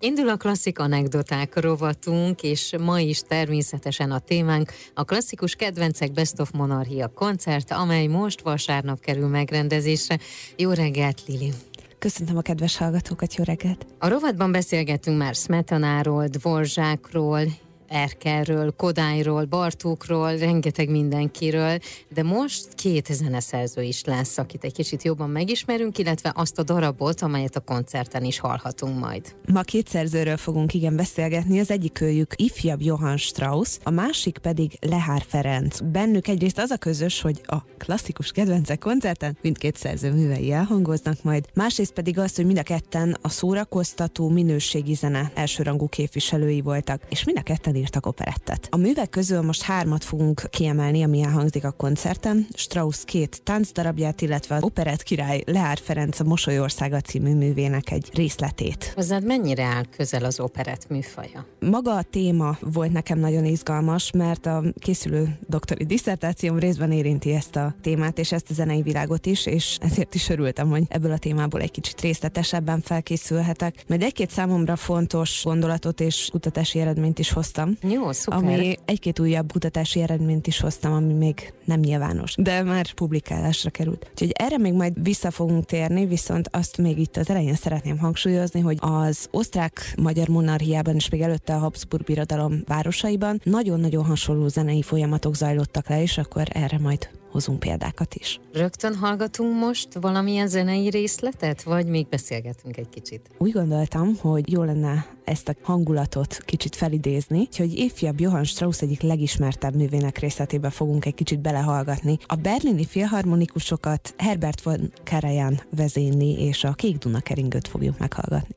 Indul a klasszik anekdoták rovatunk, és ma is természetesen a témánk a klasszikus kedvencek Best of Monarchia koncert, amely most vasárnap kerül megrendezésre. Jó reggelt, Lili! Köszöntöm a kedves hallgatókat, jó reggelt! A rovatban beszélgettünk már Smetanáról, Dvorzsákról, Erkelről, Kodályról, Bartókról, rengeteg mindenkiről, de most két zeneszerző is lesz, akit egy kicsit jobban megismerünk, illetve azt a darabot, amelyet a koncerten is hallhatunk majd. Ma két szerzőről fogunk beszélgetni, az egyik őjük ifjabb Johann Strauss, a másik pedig Lehár Ferenc. Bennük egyrészt az a közös, hogy a klasszikus kedvencek koncerten mindkét szerző művei elhangoznak majd, másrészt pedig az, hogy mind a ketten a szórakoztató minőségi zene elsőrangú képviselői voltak, és mind a ketten írtak operettet. A művek közül most 3 fogunk kiemelni, ami elhangzik a koncerten. Strauss 2 táncdarabját, illetve az operett király Lehár Ferenc a Mosolyországa című művének egy részletét. Hozzád mennyire áll közel az operett műfaja? Maga a téma volt nekem nagyon izgalmas, mert a készülő doktori disszertációm részben érinti ezt a témát, és ezt a zenei világot is, és ezért is örültem, hogy ebből a témából egy kicsit részletesebben felkészülhetek. Majd egy-két számomra fontos gondolatot és kutatási eredményt is hoztam. Jó, szuper. Ami egy-két újabb kutatási eredményt is hoztam, ami még nem nyilvános, de már publikálásra került. Úgyhogy erre még majd vissza fogunk térni, viszont azt még itt az elején szeretném hangsúlyozni, hogy az osztrák-magyar monarchiában és még előtte a Habsburg birodalom városaiban nagyon-nagyon hasonló zenei folyamatok zajlottak le, és akkor erre majd hozunk példákat is. Rögtön hallgatunk most valamilyen zenei részletet, vagy még beszélgetünk egy kicsit? Úgy gondoltam, hogy jó lenne ezt a hangulatot kicsit felidézni, úgyhogy ifjabb Johann Strauss egyik legismertebb művének részletébe fogunk egy kicsit belehallgatni. A berlini filharmonikusokat Herbert von Karajan vezényli, és a Kék Duna keringőt fogjuk meghallgatni.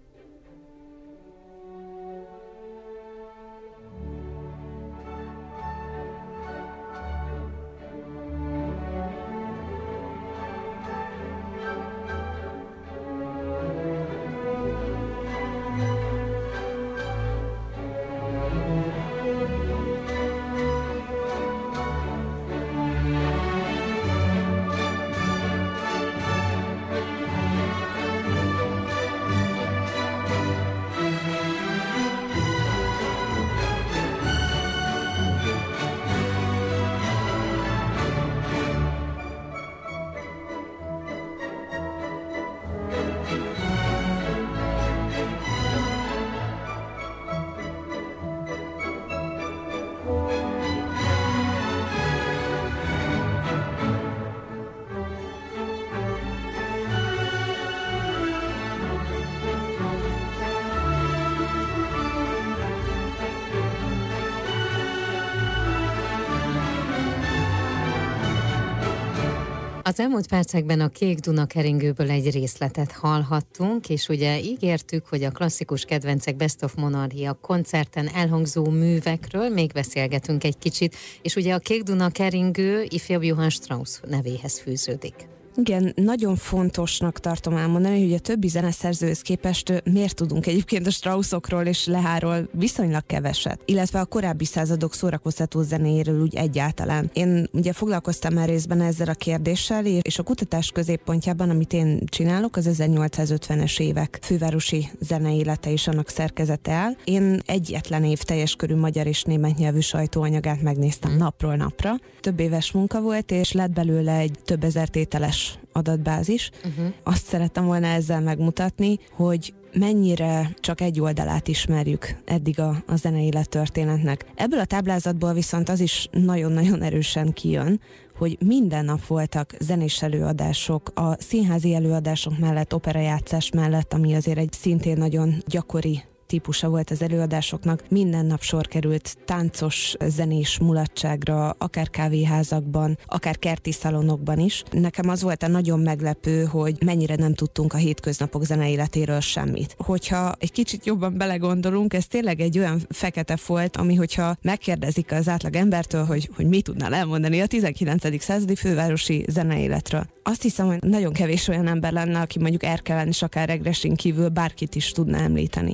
Az elmúlt percekben a Kék Duna keringőből egy részletet hallhattunk, és ugye ígértük, hogy a klasszikus kedvencek Best of Monarchia koncerten elhangzó művekről még beszélgetünk egy kicsit, és ugye a Kék Duna keringő ifjabb Johann Strauss nevéhez fűződik. Igen, nagyon fontosnak tartom elmondani, hogy a többi zeneszerzőhöz képest miért tudunk egyébként a Straussokról és Lehárról viszonylag keveset, illetve a korábbi századok szórakoztató zenéjéről úgy egyáltalán. Én ugye foglalkoztam már részben ezzel a kérdéssel, és a kutatás középpontjában, amit én csinálok, az 1850-es évek fővárosi zeneélete és annak szerkezete áll. Én egyetlen év teljes körű magyar és német nyelvű sajtóanyagát megnéztem napról napra. Több éves munka volt, és lett belőle egy több ezer tételes adatbázis. Azt szerettem volna ezzel megmutatni, hogy mennyire csak egy oldalát ismerjük eddig a zeneélet történetnek. Ebből a táblázatból viszont az is nagyon-nagyon erősen kijön, hogy minden nap voltak zenés előadások, a színházi előadások mellett, operajátszás mellett, ami azért egy szintén nagyon gyakori típusa volt az előadásoknak. Minden nap sor került táncos, zenés mulatságra, akár kávéházakban, akár kerti szalonokban is. Nekem az volt a nagyon meglepő, hogy mennyire nem tudtunk a hétköznapok zeneéletéről semmit. Hogyha egy kicsit jobban belegondolunk, ez tényleg egy olyan fekete folt, ami hogyha megkérdezik az átlag embertől, hogy mit tudnál elmondani a 19. századi fővárosi zeneéletről. Azt hiszem, hogy nagyon kevés olyan ember lenne, aki mondjuk Erkelen és akár Egresin kívül bárkit is tudna említeni. Igen.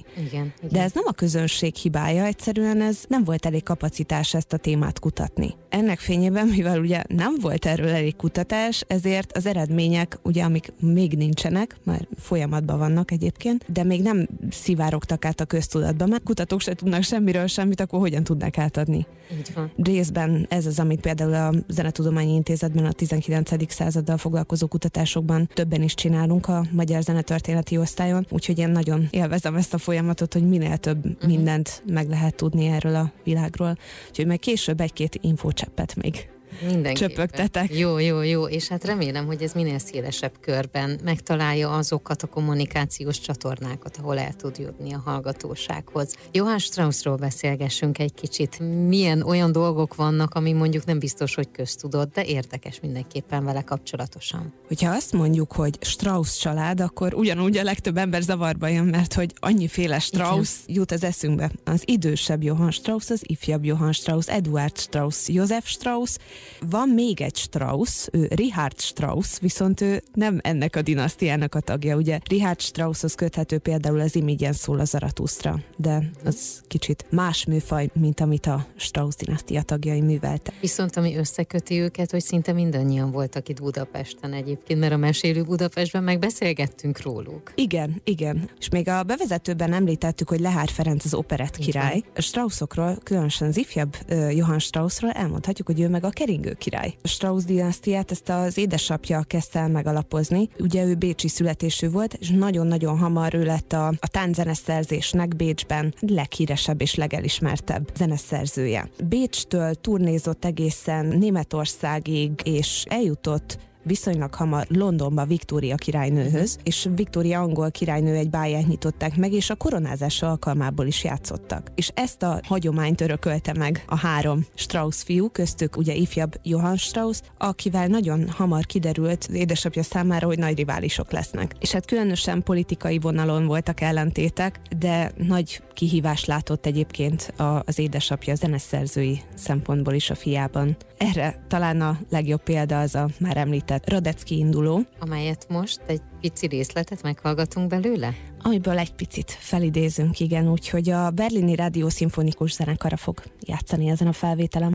Igen. De ez nem a közönség hibája, egyszerűen ez nem volt elég kapacitás ezt a témát kutatni. Ennek fényében, mivel ugye nem volt erről elég kutatás, ezért az eredmények, ugye amik még nincsenek, már folyamatban vannak egyébként, de még nem szivárogtak át a köztudatba, mert kutatók se tudnak semmiről semmit, akkor hogyan tudnak átadni? Így van. Részben ez az, amit például a Zenetudományi Intézetben a 19. századdal foglalkozó kutatásokban többen is csinálunk a Magyar Zenetörténeti Osztályon, úgyhogy én nagyon élvezem ezt a folyamatot, hogy minél több mindent meg lehet tudni erről a világról. Úgyhogy meg később egy-két infócseppet még csöpögtetek. Jó, és hát remélem, hogy ez minél szélesebb körben megtalálja azokat a kommunikációs csatornákat, ahol el tud jutni a hallgatósághoz. Johann Straussról beszélgessünk egy kicsit. Milyen olyan dolgok vannak, ami mondjuk nem biztos, hogy köztudott, de érdekes mindenképpen vele kapcsolatosan. Hogyha azt mondjuk, hogy Strauss család, akkor ugyanúgy a legtöbb ember zavarba jön, mert hogy annyiféle Strauss jut az eszünkbe. Az idősebb Johann Strauss, az ifjabb Johann Strauss, Eduard Strauss, Josef Strauss. Van még egy Strauss, ő Richard Strauss, viszont ő nem ennek a dinasztiának a tagja. Ugye Richard Strausshoz köthető például az Imigyen szól a Zarathustra, de az kicsit más műfaj, mint amit a Strauss dinasztia tagjai műveltek. Viszont ami összeköti őket, hogy szinte mindannyian voltak itt Budapesten egyébként, mert a Mesélő Budapestben megbeszélgettünk róluk. Igen. És még a bevezetőben említettük, hogy Lehár Ferenc az operett király. A Straussokról, különösen az ifjabb Johann Straussról elmondhatjuk, hogy ő meg a keringő király. A Strauss dinasztiát ezt az édesapja kezdte el megalapozni. Ugye ő bécsi születésű volt, és nagyon-nagyon hamar ő lett a tánczeneszerzésnek Bécsben leghíresebb és legelismertebb zeneszerzője. Bécstől turnézott egészen Németországig, és eljutott viszonylag hamar Londonba Viktória királynőhöz, és Viktória angol királynő egy báját nyitották meg, és a koronázása alkalmából is játszottak. És ezt a hagyományt örökölte meg a három Strauss fiú, köztük ugye ifjabb Johann Strauss, akivel nagyon hamar kiderült édesapja számára, hogy nagy riválisok lesznek. És hát különösen politikai vonalon voltak ellentétek, de nagy kihívást látott egyébként az édesapja zeneszerzői szempontból is a fiában. Erre talán a legjobb példa az a már említett Radetzky induló, amelyet most egy pici részletet meghallgatunk belőle? Amiből egy picit felidézünk, igen, úgyhogy a Berlini Rádió Szimfonikus Zenekara fog játszani ezen a felvételen.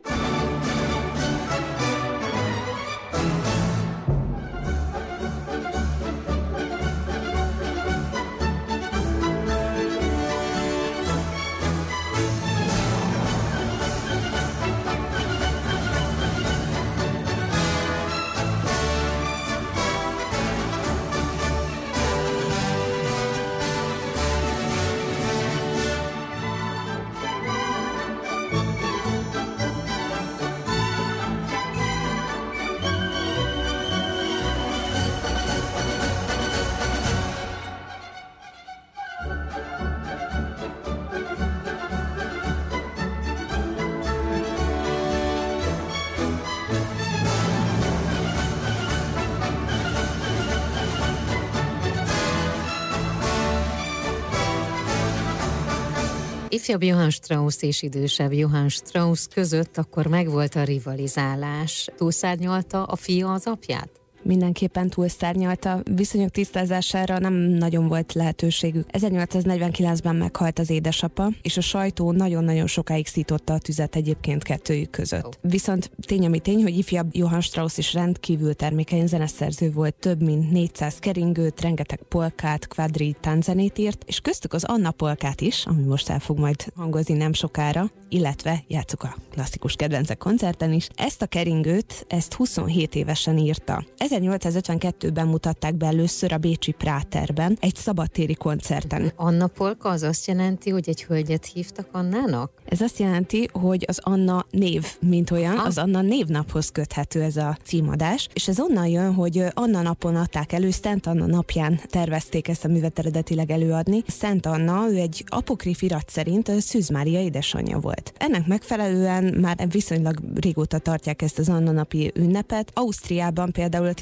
Ifjabb Johann Strauss és idősebb Johann Strauss között akkor megvolt a rivalizálás. Túlszárnyalta a fia az apját? Mindenképpen túlszárnyalta, viszonyok tisztázására nem nagyon volt lehetőségük. 1849-ben meghalt az édesapa, és a sajtó nagyon-nagyon sokáig szította a tüzet egyébként kettőjük között. Viszont tény ami tény, hogy ifjabb Johann Strauss is rendkívül termékeny zeneszerző volt, több mint 400 keringőt, rengeteg polkát, kvadri tánczenét írt, és köztük az Anna polkát is, ami most el fog majd hangozni nem sokára, illetve játsszuk a klasszikus kedvencek koncerten is. Ezt a keringőt, ezt 27 évesen írta. 1852-ben mutatták be először a bécsi Práterben, egy szabadtéri koncerten. Anna polka az azt jelenti, hogy egy hölgyet hívtak Annának? Ez azt jelenti, hogy az Anna név, mint olyan, az Anna névnaphoz köthető ez a címadás, és ez onnan jön, hogy Anna napon adták elő, Szent Anna napján tervezték ezt a művet eredetileg előadni. Szent Anna, ő egy apokrif irat szerint a Szűz Mária édesanyja volt. Ennek megfelelően már viszonylag régóta tartják ezt az Anna napi ünnepet. Ausztriában például a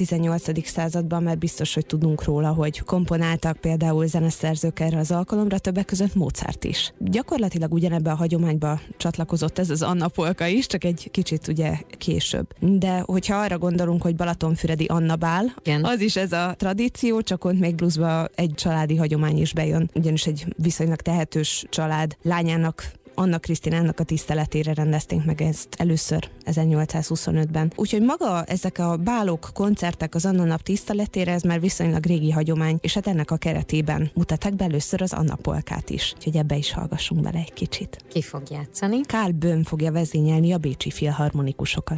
18. században, mert biztos, hogy tudunk róla, hogy komponáltak például zeneszerzők erre az alkalomra, többek között Mozart is. Gyakorlatilag ugyanebben a hagyományba csatlakozott ez az Anna polka is, csak egy kicsit ugye később. De hogyha arra gondolunk, hogy balatonfüredi Anna bál, az is ez a tradíció, csak ott még pluszba egy családi hagyomány is bejön, ugyanis egy viszonylag tehetős család lányának, Anna Krisztinának a tiszteletére rendezték meg ezt először 1825-ben. Úgyhogy maga ezek a bálok, koncertek az Anna nap tiszteletére, ez már viszonylag régi hagyomány, és hát ennek a keretében mutatták be először az Anna polkát is. Úgyhogy ebbe is hallgassunk bele egy kicsit. Ki fog játszani? Karl Böhm fogja vezényelni a bécsi filharmonikusokat.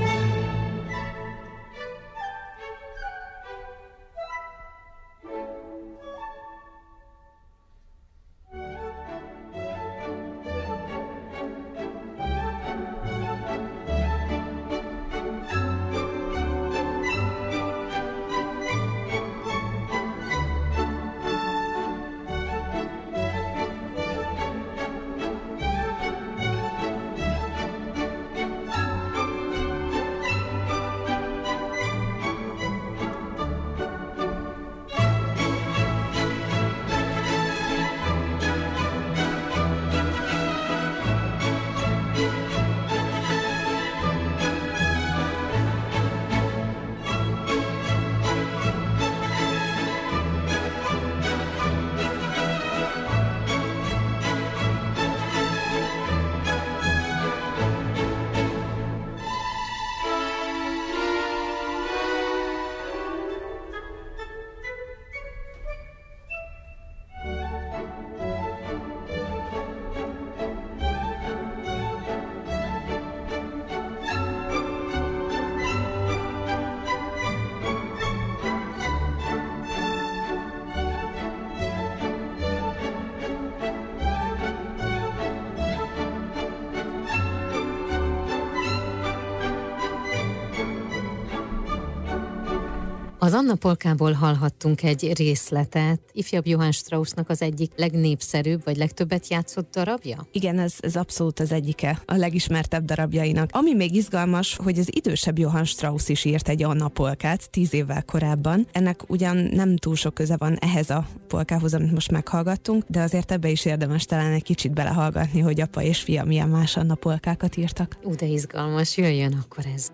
Az Anna polkából hallhattunk egy részletet, ifjabb Johann Straussnak az egyik legnépszerűbb, vagy legtöbbet játszott darabja? Igen, ez abszolút az egyike a legismertebb darabjainak. Ami még izgalmas, hogy az idősebb Johann Strauss is írt egy Anna polkát 10 évvel korábban. Ennek ugyan nem túl sok köze van ehhez a polkához, amit most meghallgattunk, de azért ebbe is érdemes talán egy kicsit belehallgatni, hogy apa és fia milyen más Anna polkákat írtak. De izgalmas, jöjjön akkor ez.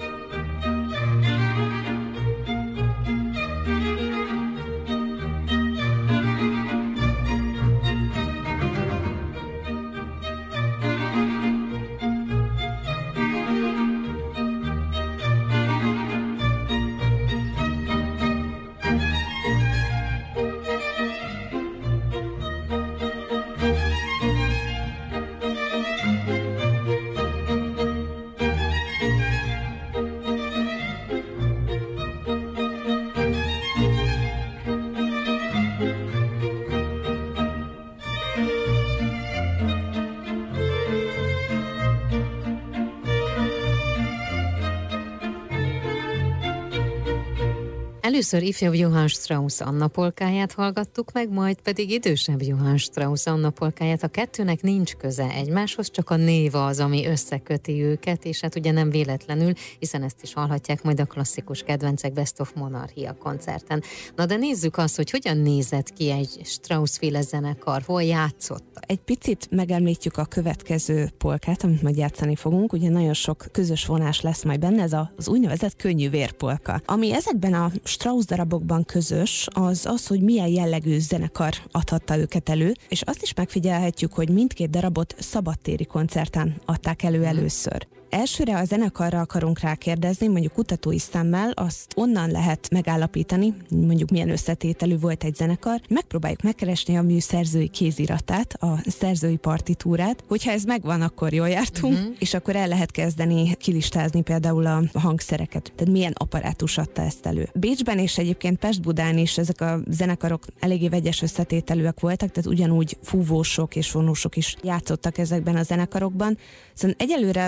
Először ifjabb Johann Strauss Anna polkáját hallgattuk meg, majd pedig idősebb Johann Strauss Anna polkáját. A kettőnek nincs köze egymáshoz, csak a név az, ami összeköti őket, és hát ugye nem véletlenül, hiszen ezt is hallhatják majd a klasszikus kedvencek Best of Monarchia koncerten. Na de nézzük azt, hogy hogyan nézett ki egy Strauss-féle zenekar, hol játszott. Egy picit megemlítjük a következő polkát, amit majd játszani fogunk, ugye nagyon sok közös vonás lesz majd benne, ez az úgynevezett könnyű vérpolka. Ami ezekben a Strauss darabokban közös, az, hogy milyen jellegű zenekar adhatta őket elő, és azt is megfigyelhetjük, hogy mindkét darabot szabadtéri koncerten adták elő először. Elsőre a zenekarra akarunk rákérdezni, mondjuk kutatói szemmel, azt onnan lehet megállapítani, mondjuk milyen összetételű volt egy zenekar. Megpróbáljuk megkeresni a mű szerzői kéziratát, a szerzői partitúrát. Hogyha ez megvan, akkor jól jártunk, és akkor el lehet kezdeni kilistázni például a hangszereket. Tehát milyen apparátus adta ezt elő. Bécsben és egyébként Pest-Budán is ezek a zenekarok eléggé vegyes összetételűek voltak, tehát ugyanúgy fúvósok és vonósok is játszottak ezekben a zenekarokban. Szóval egyelőre nem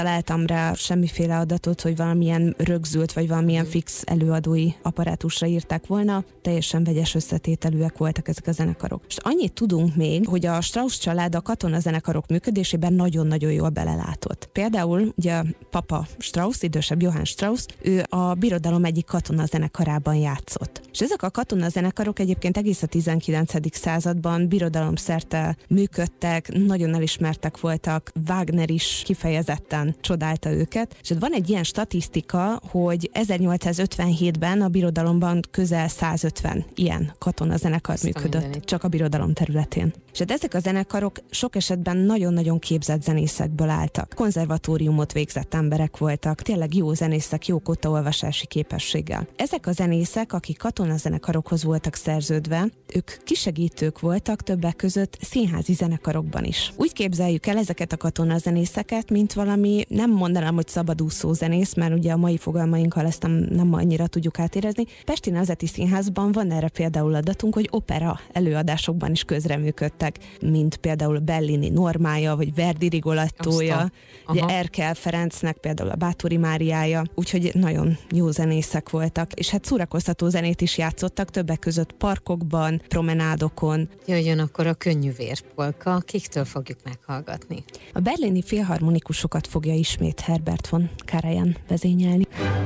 találtam rá semmiféle adatot, hogy valamilyen rögzült, vagy valamilyen fix előadói apparátusra írták volna, teljesen vegyes összetételűek voltak ezek a zenekarok. És annyit tudunk még, hogy a Strauss család a katonazenekarok működésében nagyon-nagyon jól belelátott. Például ugye a papa Strauss, idősebb Johann Strauss, ő a birodalom egyik katonazenekarában játszott. És ezek a katonazenekarok egyébként egész a 19. században birodalomszerte működtek, nagyon elismertek voltak, Wagner is kifejezetten csodálta őket. És van egy ilyen statisztika, hogy 1857-ben a birodalomban közel 150 ilyen katonazenekar működött, csak a birodalom területén. És ezek a zenekarok sok esetben nagyon-nagyon képzett zenészekből álltak. Konzervatóriumot végzett emberek voltak, tényleg jó zenészek, jó kottaolvasási képességgel. Ezek a zenészek, akik katonazenekarokhoz voltak szerződve, ők kisegítők voltak többek között színházi zenekarokban is. Úgy képzeljük el ezeket a katonazenészeket, mint valami, nem mondanám, hogy szabadúszó zenész, mert ugye a mai fogalmainkkal ezt nem annyira tudjuk átérezni. Pesti Nemzeti Színházban van erre például adatunk, hogy opera előadásokban is közreműködtek, mint például Bellini Normája, vagy Verdi Rigolettója, ugye Erkel Ferencnek például a Báthori Máriája, úgyhogy nagyon jó zenészek voltak, és hát szórakoztató zenét is játszottak, többek között parkokban, promenádokon. Jöjjön akkor a Könnyűvérpolka, kiktől fogjuk meghallgatni? A berlini filharmonikusokat fogja ismét Herbert von Karajan vezényelni.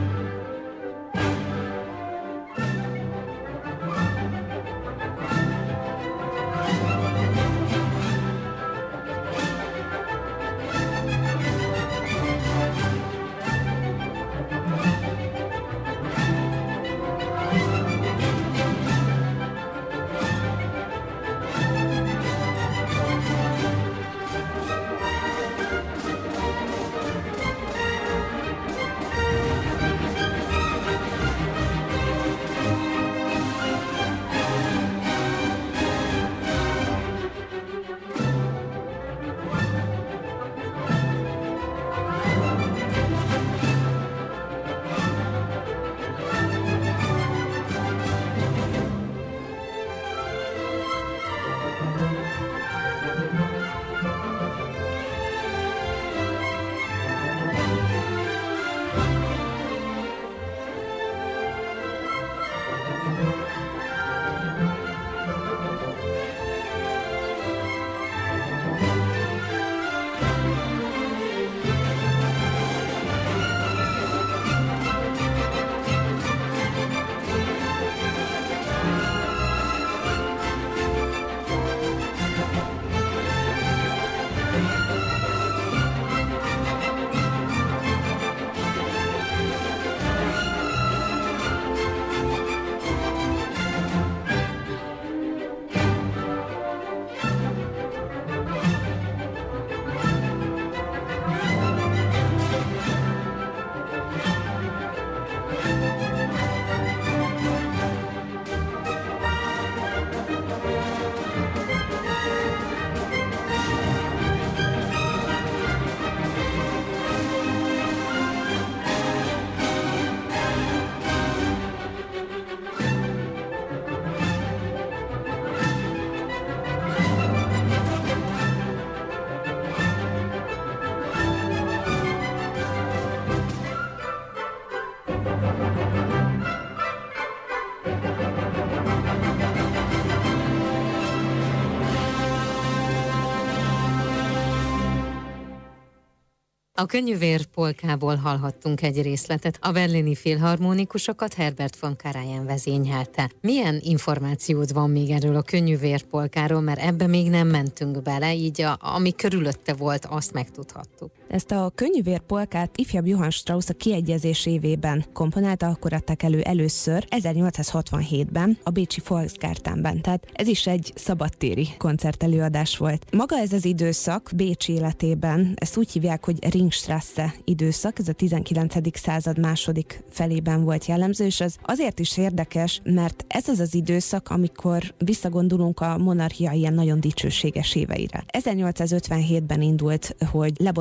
A Könnyűvérpolkából hallhattunk egy részletet. A berlini filharmonikusokat Herbert von Karajan vezényelte. Milyen információd van még erről a Könnyűvérpolkáról, mert ebbe még nem mentünk bele, így ami körülötte volt, azt megtudhattuk. Ezt a Könnyűvérpolkát ifjabb Johann Strauss a kiegyezés évében komponálta, akkor adták elő először 1867-ben a bécsi Volksgartenben, tehát ez is egy szabadtéri koncertelőadás volt. Maga ez az időszak Bécs életében, ezt úgy hívják, hogy Ringstrasse időszak, ez a 19. század második felében volt jellemző, és az azért is érdekes, mert ez az az időszak, amikor visszagondolunk a monarchia ilyen nagyon dicsőséges éveire. 1857-ben indult, hogy lebontották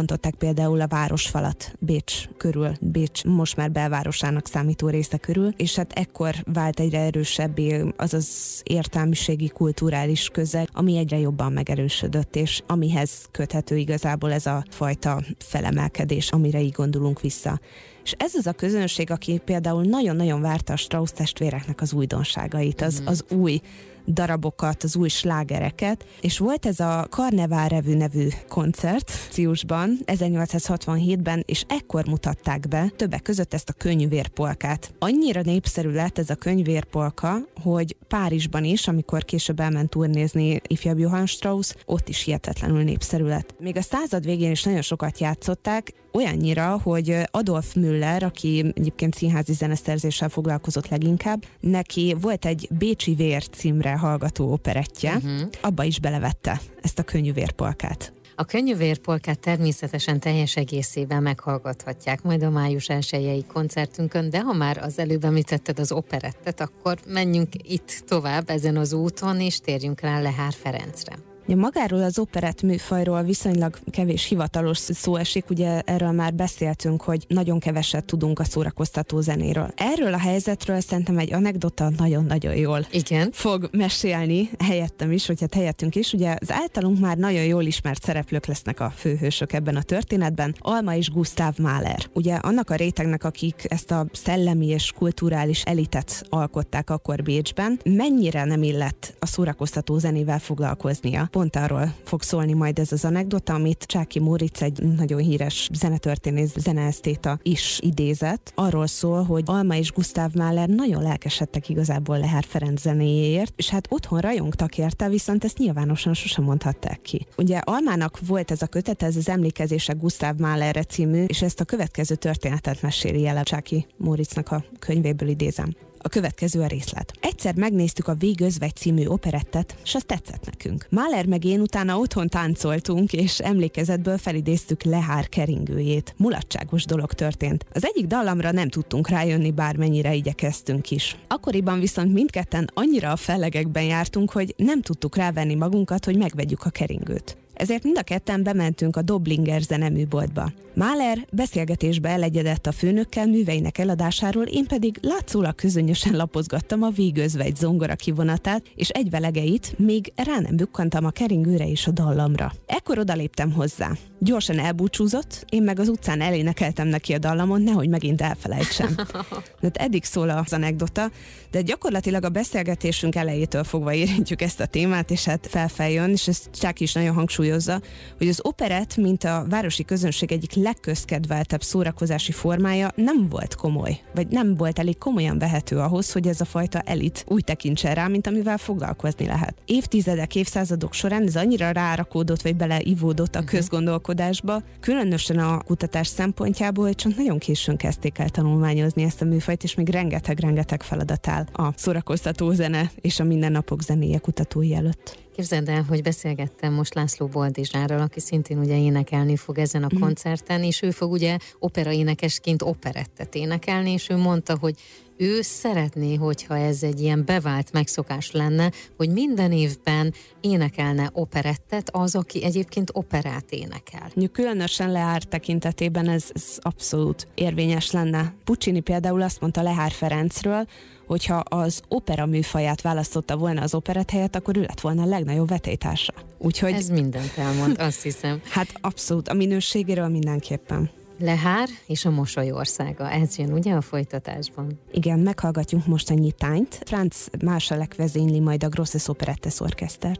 például a városfalat Bécs körül, Bécs most már belvárosának számító része körül, és hát ekkor vált egyre erősebbé az az értelmiségi, kulturális közeg, ami egyre jobban megerősödött, és amihez köthető igazából ez a fajta felemelkedés, amire így gondolunk vissza. És ez az a közönség, aki például nagyon-nagyon várta a Strauss testvéreknek az újdonságait, az új darabokat, az új slágereket, és volt ez a Karnevál Revue nevű koncert Ciusban, 1867-ben, és ekkor mutatták be többek között ezt a Könyvérpolkát. Annyira népszerű lett ez a Könyvérpolka, hogy Párizsban is, amikor később elment turnézni ifjabb Johann Strauss, ott is hihetetlenül népszerű lett. Még a század végén is nagyon sokat játszották, olyannyira, hogy Adolf Müller, aki egyébként színházi zeneszerzéssel foglalkozott leginkább, neki volt egy Bécsi Vér címre hallgató operettje, abba is belevette ezt a Könyvérpolkát. A Könyvérpolkát természetesen teljes egészében meghallgathatják majd a május 1-i koncertünkön, de ha már az előbb említetted az operettet, akkor menjünk itt tovább ezen az úton, és térjünk rá Lehár Ferencre. Ja, magáról az operett műfajról viszonylag kevés hivatalos szó esik, ugye erről már beszéltünk, hogy nagyon keveset tudunk a szórakoztató zenéről. Erről a helyzetről szerintem egy anekdota nagyon-nagyon jól fog mesélni helyettem is, vagy hát helyettünk is. Ugye az általunk már nagyon jól ismert szereplők lesznek a főhősök ebben a történetben, Alma és Gustav Mahler. Ugye annak a rétegnek, akik ezt a szellemi és kulturális elitet alkották akkor Bécsben, mennyire nem illett a szórakoztató zenével foglalkoznia. Pont arról fog szólni majd ez az anekdota, amit Csáky Móricz, egy nagyon híres zenetörténész, zeneesztéta is idézett. Arról szól, hogy Alma és Gustav Mahler nagyon lelkesedtek igazából Lehár Ferenc zenéjéért, és hát otthon rajongtak érte, viszont ezt nyilvánosan sosem mondhatták ki. Ugye Almának volt ez a kötete, ez az Emlékezések Gustav Mahlerre című, és ezt a következő történetet meséli el Csáky Móricznak a könyvéből idézem. A következő a részlet. Egyszer megnéztük a Végözvegy című operettet, és az tetszett nekünk. Mahler meg én utána otthon táncoltunk, és emlékezetből felidéztük Lehár keringőjét. Mulatságos dolog történt. Az egyik dallamra nem tudtunk rájönni, bármennyire igyekeztünk is. Akkoriban viszont mindketten annyira a fellegekben jártunk, hogy nem tudtuk rávenni magunkat, hogy megvegyük a keringőt. Ezért mind a ketten bementünk a Doblinger zeneműboltba. Mahler beszélgetésbe elegyedett a főnökkel műveinek eladásáról, én pedig látszólag közönösen lapozgattam a Végözvegy zongora kivonatát, és egy velegeit, még rá nem bukkantam a keringőre és a dallamra. Ekkor odaléptem hozzá. Gyorsan elbúcsúzott, én meg az utcán elénekeltem neki a dallamon, nehogy megint elfelejtsem. De eddig szól az anekdota, de gyakorlatilag a beszélgetésünk elejétől fogva érintjük ezt a témát, és hát felfeljön, és ezt Csáky is nagyon hangsúlyozza, hogy az operett, mint a városi közönség egyik legközkedveltebb szórakozási formája nem volt komoly, vagy nem volt elég komolyan vehető ahhoz, hogy ez a fajta elit úgy tekintsen rá, mint amivel foglalkozni lehet. Évtizedek, évszázadok során ez annyira rárakódott, vagy beleivódott a közgondolkodásba, különösen a kutatás szempontjából, hogy csak nagyon későn kezdték el tanulmányozni ezt a műfajt, és még rengeteg feladat áll a szórakoztató zene és a mindennapok zenéje kutatói előtt. Képzeld el, hogy beszélgettem most László Boldizsárral, aki szintén ugye énekelni fog ezen a koncerten, és ő fog ugye operaénekesként operettet énekelni, és ő mondta, hogy ő szeretné, hogyha ez egy ilyen bevált megszokás lenne, hogy minden évben énekelne operettet az, aki egyébként operát énekel. Különösen Lehár tekintetében ez abszolút érvényes lenne. Puccini például azt mondta Lehár Ferencről, hogyha az opera műfaját választotta volna az operett helyett, akkor ő lett volna a legnagyobb vetélytársa. Úgyhogy ez mindent elmond, azt hiszem. Hát abszolút, a minőségéről mindenképpen. Lehár és a Mosoly országa, ez jön ugye a folytatásban? Igen, meghallgatjuk most a nyitányt. Franz Marschalek vezényli majd a Grosses Operettes Orchester.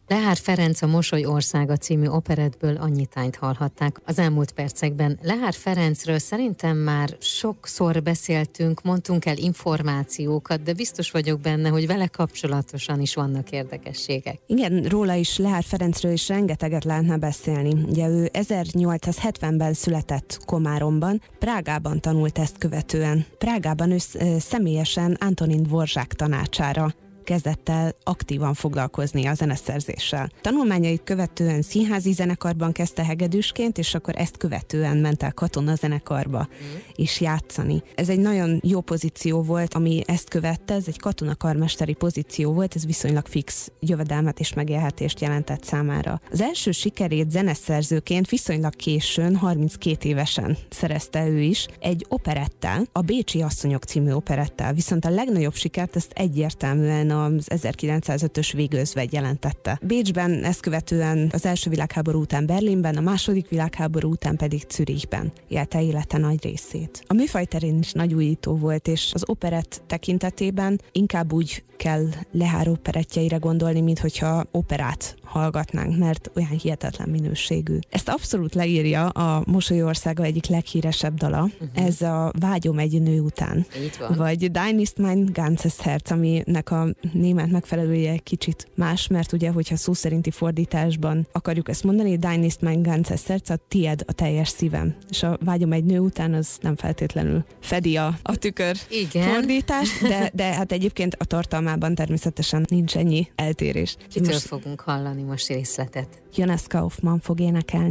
Lehár Ferenc a Mosoly országa című operettből a nyitányt hallhatták az elmúlt percekben. Lehár Ferencről szerintem már sokszor beszéltünk, mondtunk el információkat, de biztos vagyok benne, hogy vele kapcsolatosan is vannak érdekességek. Igen, róla is, Lehár Ferencről is rengeteget lehetne beszélni. Ugye ő 1870-ben született Komáromban, Prágában tanult ezt követően. Prágában ő személyesen Antonin Dvorzsák tanácsára kezdett el aktívan foglalkozni a zeneszerzéssel. Tanulmányait követően színházi zenekarban kezdte hegedűsként, és akkor ezt követően ment el katonazenekarba is játszani. Ez egy nagyon jó pozíció volt, ami ezt követte, ez egy katonakarmesteri pozíció volt, ez viszonylag fix jövedelmet és megélhetést jelentett számára. Az első sikerét zeneszerzőként viszonylag későn, 32 évesen szerezte ő is, egy operettel, a Bécsi asszonyok című operettel, viszont a legnagyobb sikert ezt egyértelműen az 1905-ös Végőzvegy jelentette. Bécsben ezt követően az első világháború után Berlinben, a második világháború után pedig Zürichben élte élete nagy részét. A műfaj terén is nagy újító volt, és az operett tekintetében inkább úgy kell Lehár operettjeire gondolni, mint hogyha operát hallgatnánk, mert olyan hihetetlen minőségű. Ezt abszolút leírja a Mosoly országa egyik leghíresebb dala, ez a Vágyom egy nő után. Vagy Dein ist mein ganzes Herz, aminek a német megfelelője kicsit más, mert ugye, hogyha szó szerinti fordításban akarjuk ezt mondani, Dein ist mein ganzes Herz, a tied a teljes szívem. És a Vágyom egy nő után az nem feltétlenül fedi a tükör fordítást, de hát egyébként a tartalmában természetesen nincs ennyi eltérés. Kitől fogunk hallani most részletet? Jonas Kaufmann fog énekelni.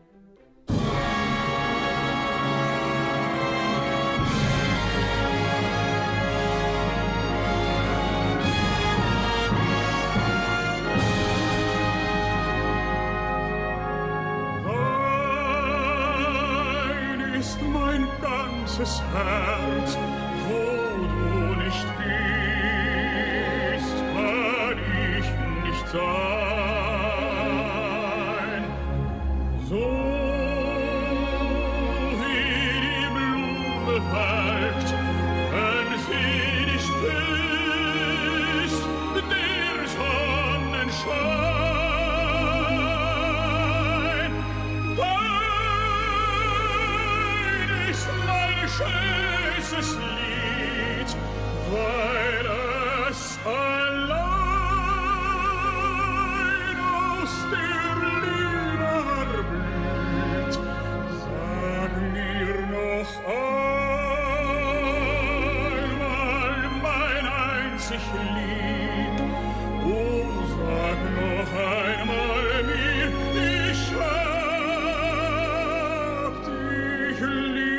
Herz, wo du nicht bist, kann ich nicht sein. So wie die Blume fällt, wenn sie nicht ist, der Sonnenschein. Dein ist mein schönstes Lied, weil es allein aus der Liebe erblüht. Sag mir noch einmal, mein einzig Lieb, oh, sag noch einmal mir, ich hab dich lieb.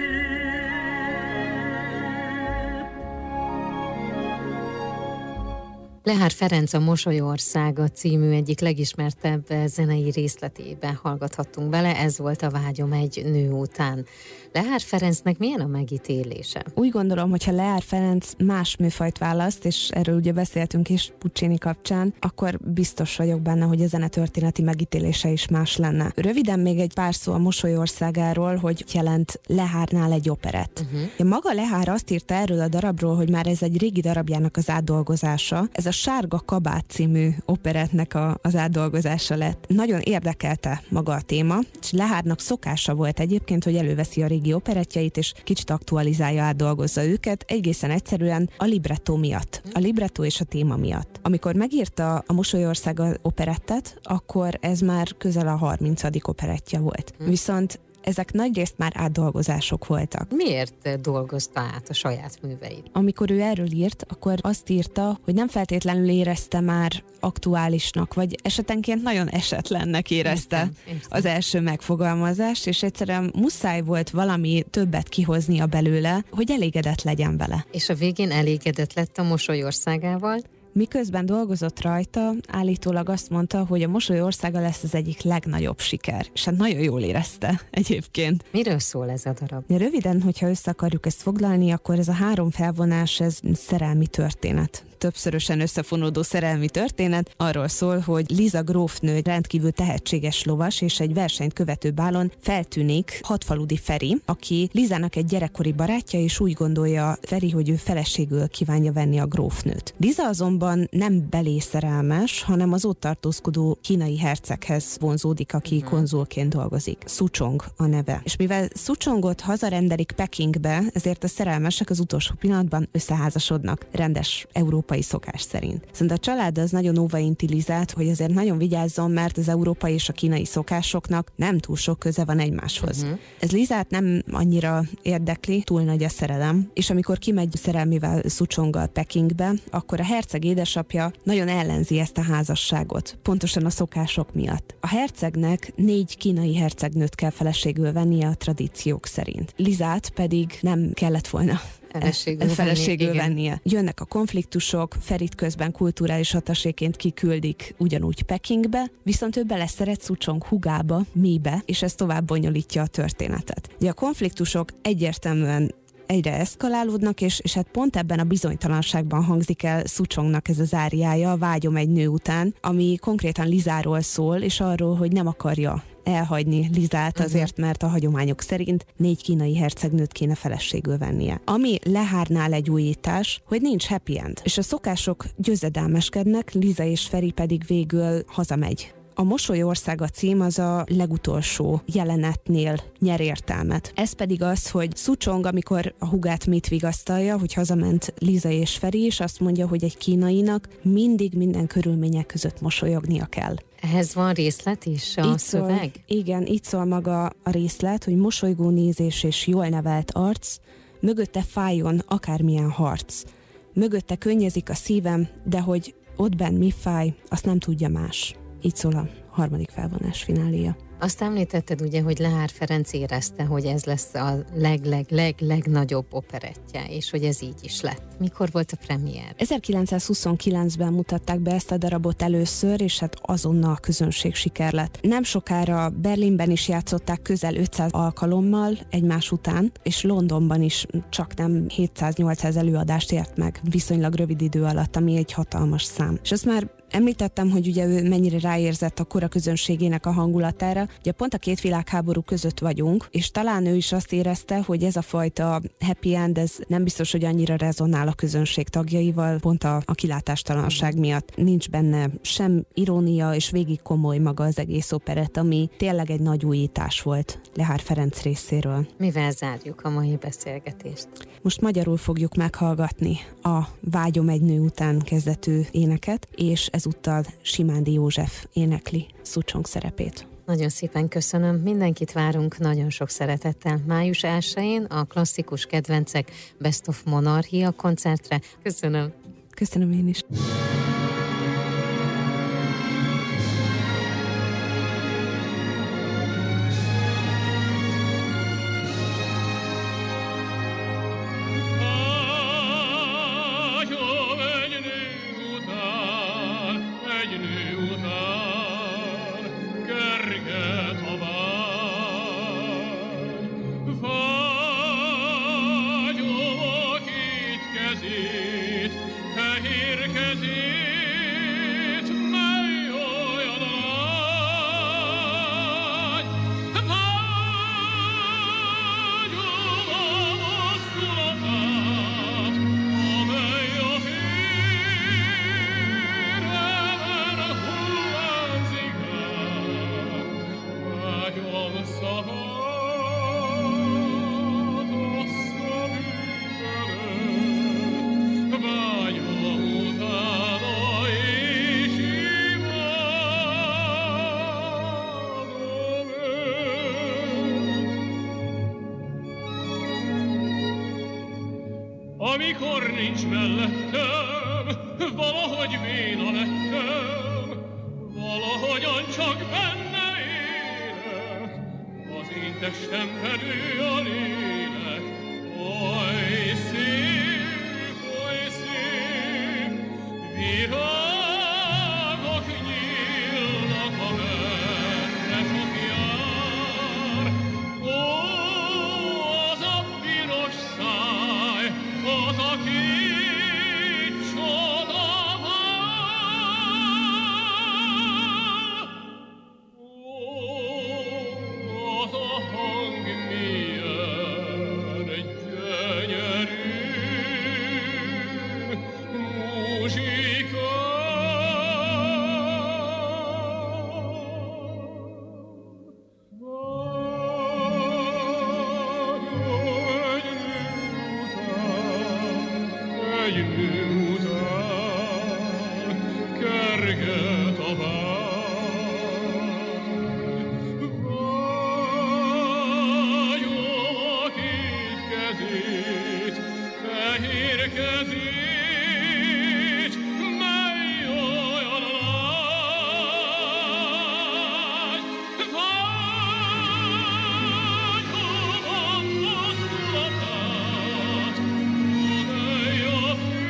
Lehár Ferenc a Mosoly országa című egyik legismertebb zenei részletébe hallgathattunk bele, ez volt a Vágyom egy nő után. Lehár Ferencnek milyen a megítélése? Úgy gondolom, hogyha Lehár Ferenc más műfajt választ, és erről ugye beszéltünk is Puccini kapcsán, akkor biztos vagyok benne, hogy a zenetörténeti megítélése is más lenne. Röviden még egy pár szó a Mosoly országáról, hogy jelent Lehárnál egy operett. Maga Lehár azt írta erről a darabról, hogy már ez egy régi darabjának az átdolgozása. Ez a Sárga kabát című operettnek az átdolgozása lett. Nagyon érdekelte maga a téma, és Lehárnak szokása volt egyébként, hogy előveszi a régi operettjeit, és kicsit aktualizálja, átdolgozza őket, egészen egyszerűen a librettó miatt. A librettó és a téma miatt. Amikor megírta a Mosoly országa operettet, akkor ez már közel a 30. operettje volt. Viszont ezek nagyrészt már átdolgozások voltak. Miért dolgozta át a saját műveit? Amikor ő erről írt, akkor azt írta, hogy nem feltétlenül érezte már aktuálisnak, vagy esetenként nagyon esetlennek érezte az első megfogalmazást, és egyszerűen muszáj volt valami többet kihoznia belőle, hogy elégedett legyen vele. És a végén elégedett lett a Mosoly országával? Miközben dolgozott rajta, állítólag azt mondta, hogy a Mosoly országa lesz az egyik legnagyobb siker, és hát nagyon jól érezte egyébként. Miről szól ez a darab? Röviden, hogyha össze akarjuk ezt foglalni, akkor ez a 3 felvonás, ez szerelmi történet. többszörösen összefonódó szerelmi történet arról szól, hogy Liza grófnő rendkívül tehetséges lovas, és egy versenyt követő bálon feltűnik Hatfaludi Feri, aki Lizának egy gyerekkori barátja, és úgy gondolja Feri, hogy ő feleségül kívánja venni a grófnőt. Liza azonban nem belé szerelmes, hanem az ott tartózkodó kínai herceghez vonzódik, aki konzulként dolgozik. Suchong a neve. És mivel Suchongot hazarendelik Pekingbe, ezért a szerelmesek az utolsó pillanatban összeházasodnak, rendes európai szokás szerint. Szóval a család az nagyon óvainti Lizát, hogy azért nagyon vigyázzon, mert az európai és a kínai szokásoknak nem túl sok köze van egymáshoz. Ez Lizát nem annyira érdekli, túl nagy a szerelem, és amikor kimegy szerelmével Suchonggal Pekingbe, akkor a herceg édesapja nagyon ellenzi ezt a házasságot, pontosan a szokások miatt. A hercegnek 4 kínai hercegnőt kell feleségül vennie a tradíciók szerint. Lizát pedig nem kellett volna feleségül vennie. Jönnek a konfliktusok, Ferit közben kulturális ataséként kiküldik ugyanúgy Pekingbe, viszont ő beleszeret Suchong húgába, Mibe, és ez tovább bonyolítja a történetet. Ugye a konfliktusok egyértelműen egyre eszkalálódnak, és hát pont ebben a bizonytalanságban hangzik el Suchongnak ez az áriája, a Vágyom egy nő után, ami konkrétan Lizáról szól, és arról, hogy nem akarja elhagyni Lizát azért, mert a hagyományok szerint 4 kínai hercegnőt kéne feleségül vennie. Ami Lehárnál egy újítás, hogy nincs happy end, és a szokások győzedelmeskednek, Liza és Feri pedig végül hazamegy. A Mosoly országa cím az a legutolsó jelenetnél nyer értelmet. Ez pedig az, hogy Suchong, amikor a hugát mit vigasztalja, hogy hazament Liza és Feri, és azt mondja, hogy egy kínainak mindig minden körülmények között mosolyognia kell. Ehhez van részlet is a szöveg? Igen, így szól maga a részlet, hogy mosolygó nézés és jól nevelt arc, mögötte fájjon akármilyen harc. Mögötte könnyezik a szívem, de hogy ott benn mi fáj, azt nem tudja más. Így szól a harmadik felvonás fináléja. Azt említetted ugye, hogy Lehár Ferenc érezte, hogy ez lesz a legnagyobb operettje, és hogy ez így is lett. Mikor volt a premier? 1929-ben mutatták be ezt a darabot először, és hát azonnal közönség siker lett. Nem sokára Berlinben is játszották közel 500 alkalommal egymás után, és Londonban is csak nem 700-800 előadást ért meg viszonylag rövid idő alatt, ami egy hatalmas szám. És ezt már említettem, hogy ugye ő mennyire ráérzett a kora közönségének a hangulatára. Ugye pont a 2 világháború között vagyunk, és talán ő is azt érezte, hogy ez a fajta happy end, ez nem biztos, hogy annyira rezonál a közönség tagjaival, pont a kilátástalanság miatt. Nincs benne sem irónia, és végig komoly maga az egész operett, ami tényleg egy nagy újítás volt Lehár Ferenc részéről. Mivel zárjuk a mai beszélgetést? Most magyarul fogjuk meghallgatni a Vágyom egy nő után kezdetű éneket, és ezúttal Simándi József énekli Suchong szerepét. Nagyon szépen köszönöm, mindenkit várunk nagyon sok szeretettel. Május 1-én a klasszikus kedvencek Best of Monarchia koncertre. Köszönöm. Köszönöm én is. Amikor nincs mellettem, valahogy béna lettem, valahogyan csak benne élek, az én testem belül a lélek. Oly szép, virágok nyílnak, amerre csak jár. Ó, az a piros száj, az a két csoda Görget a vágy. Vágyom a két kezét, fehér kezét, mely olyan lágy. Vágyom a mozdulatát, mely a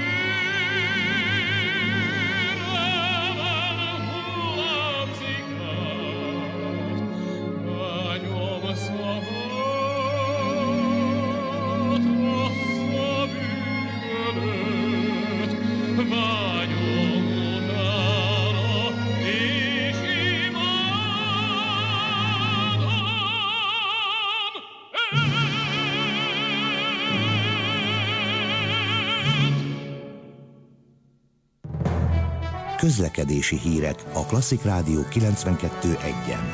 fűreben hullámzik át. Vágyom szavát, rossz a bűnöt, vágyom utána, és imádom őt. Közlekedési hírek a Klasszik Rádió 92.1-en.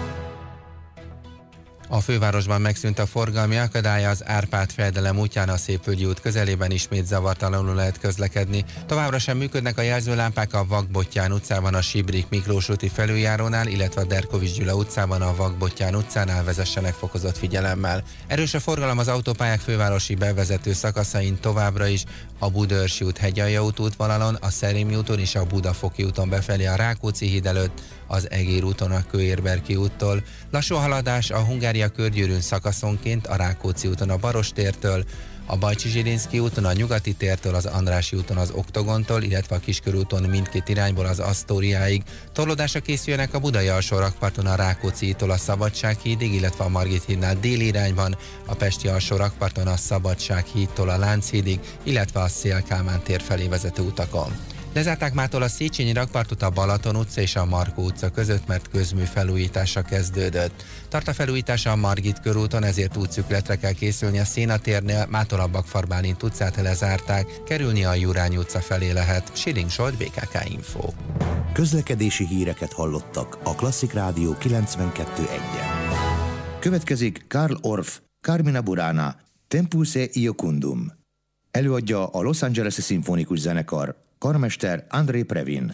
A fővárosban megszűnt a forgalmi akadály, az Árpád-fejedelem útján a Szépvölgyi út közelében ismét zavartalanul lehet közlekedni. Továbbra sem működnek a jelzőlámpák a Vakbottyán utcában a Sibrik Miklós úti felüljárónál, illetve a Derkovics Gyula utcában a Vakbottyán utcánál, vezessenek fokozott figyelemmel. Erős a forgalom az autópályák fővárosi bevezető szakaszain továbbra is, a Budaörsi út Hegyalja útvonalon, a Szerémi úton és a Budafoki úton befelé a Rákóczi híd előtt, az Egér úton a Kőérberki úttól. Lassú haladás a Hungária körgyűrűn szakaszonként, a Rákóczi úton a Barostértől, a Bajcsy-Zsilinszky úton a Nyugati tértől, az Andrássy úton az Oktogontól, illetve a Kiskörúton mindkét irányból az Asztóriáig. Torlódásra készüljenek a Budai alsó rakparton a Rákóczi-tól a Szabadsághídig, illetve a Margit hídnál déli irányban, a Pesti alsó rakparton a Szabadsághídtól a Lánchídig, illetve a Széll-Kálmán tér felé vezető utakon. Lezárták mától a Széchenyi rakpartot a Balaton utca és a Markó utca között, mert közmű felújítása kezdődött. Tart a felújítása a Margit körúton, ezért útszükletre kell készülni a Széna térnél, mától a Bakfar Bálint utcát lezárták, kerülni a Jurány utca felé lehet. Siling Zsolt, BKK Info. Közlekedési híreket hallottak a Klasszik Rádió 92.1-en. Következik Karl Orff, Carmina Burana, Tempus e Iocundum. Előadja a Los Angeles-i Szimfonikus Zenekar, karmester André Previn.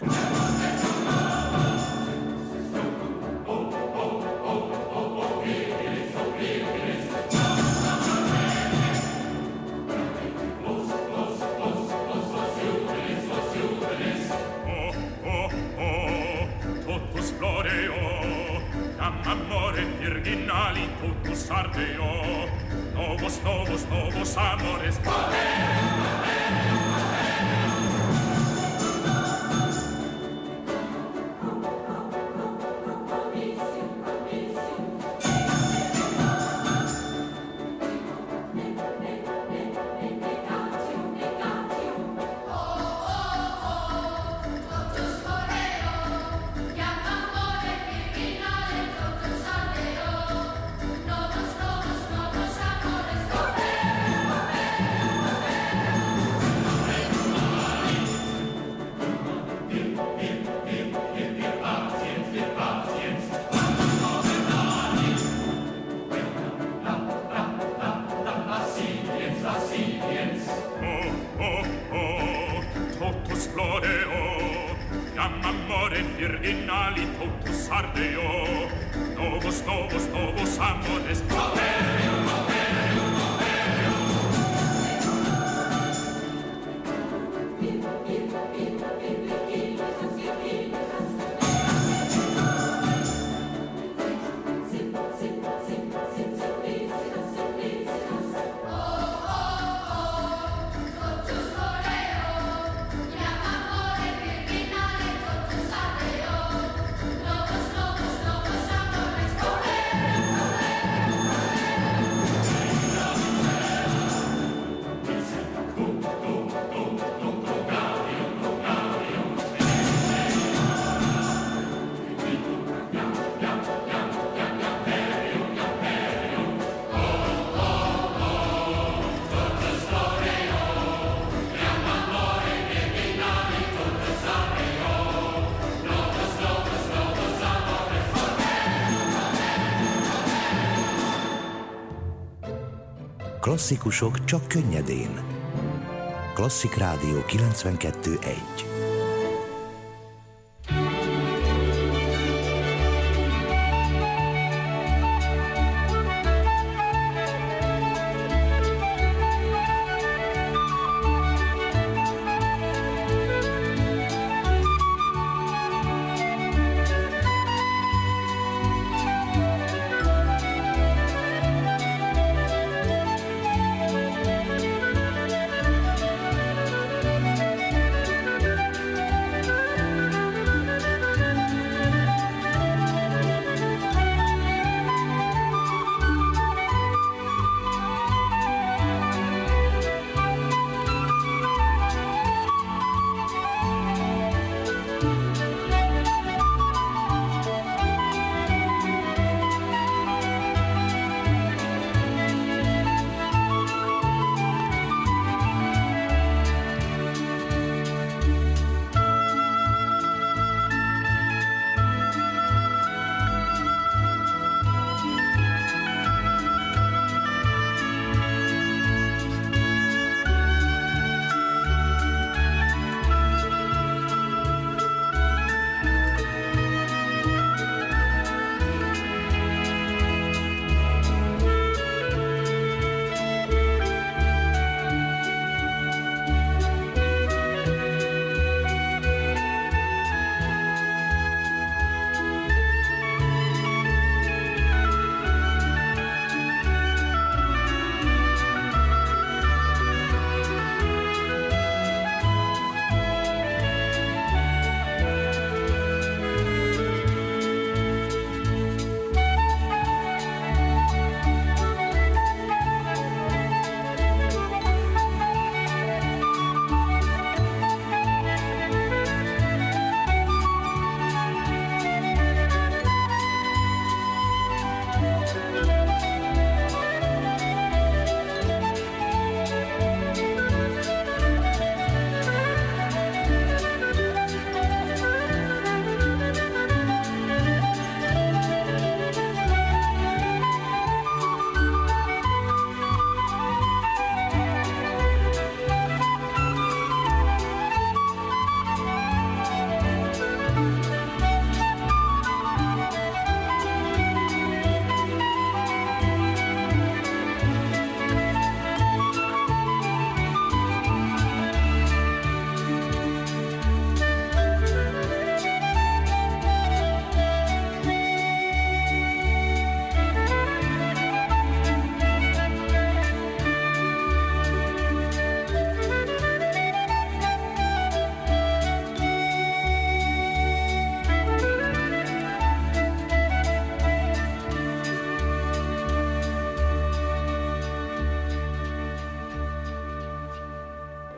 Novos amores. Virginali totus ardeo, novos amores. Klasszikusok csak könnyedén. Klasszik Rádió 92.1.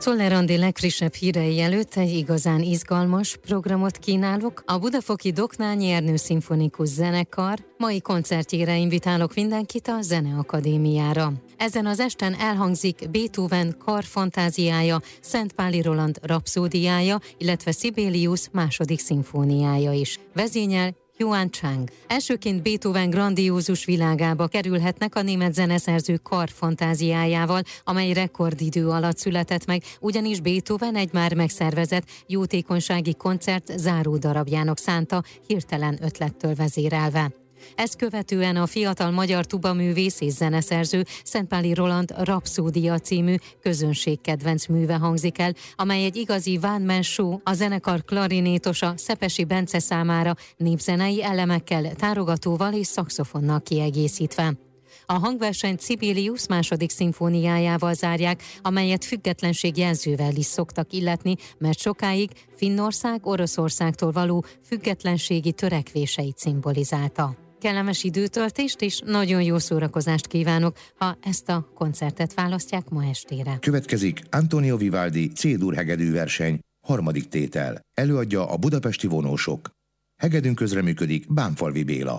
Czoller Andi legfrissebb hírei előtt egy igazán izgalmas programot kínálok. A Budafoki Doknányi Ernő Szimfonikus Zenekar mai koncertjére invitálok mindenkit a Zeneakadémiára. Ezen az esten elhangzik Beethoven karfantáziája, Szentpáli Roland rapszódiája, illetve Sibelius második szimfóniája is. Vezényel Yuan Chang. Elsőként Beethoven grandiózus világába kerülhetnek a német zeneszerző karfantáziájával, amely rekordidő alatt született meg, ugyanis Beethoven egy már megszervezett jótékonysági koncert záró darabjának szánta, hirtelen ötlettől vezérelve. Ezt követően a fiatal magyar tubaművész és zeneszerző Szentpáli Roland Rapszódia című közönségkedvenc műve hangzik el, amely egy igazi one man show, a zenekar klarinétosa Szepesi Bence számára népzenei elemekkel, tárogatóval és szaxofonnal kiegészítve. A hangversenyt Sibelius második szimfóniájával zárják, amelyet függetlenségjelzővel is szoktak illetni, mert sokáig Finnország Oroszországtól való függetlenségi törekvéseit szimbolizálta. Kellemes időtöltést és nagyon jó szórakozást kívánok, ha ezt a koncertet választják ma estére. Következik Antonio Vivaldi C-dur hegedű verseny, harmadik tétel. Előadja a budapesti vonósok. Hegedűn közreműködik Bánfalvi Béla.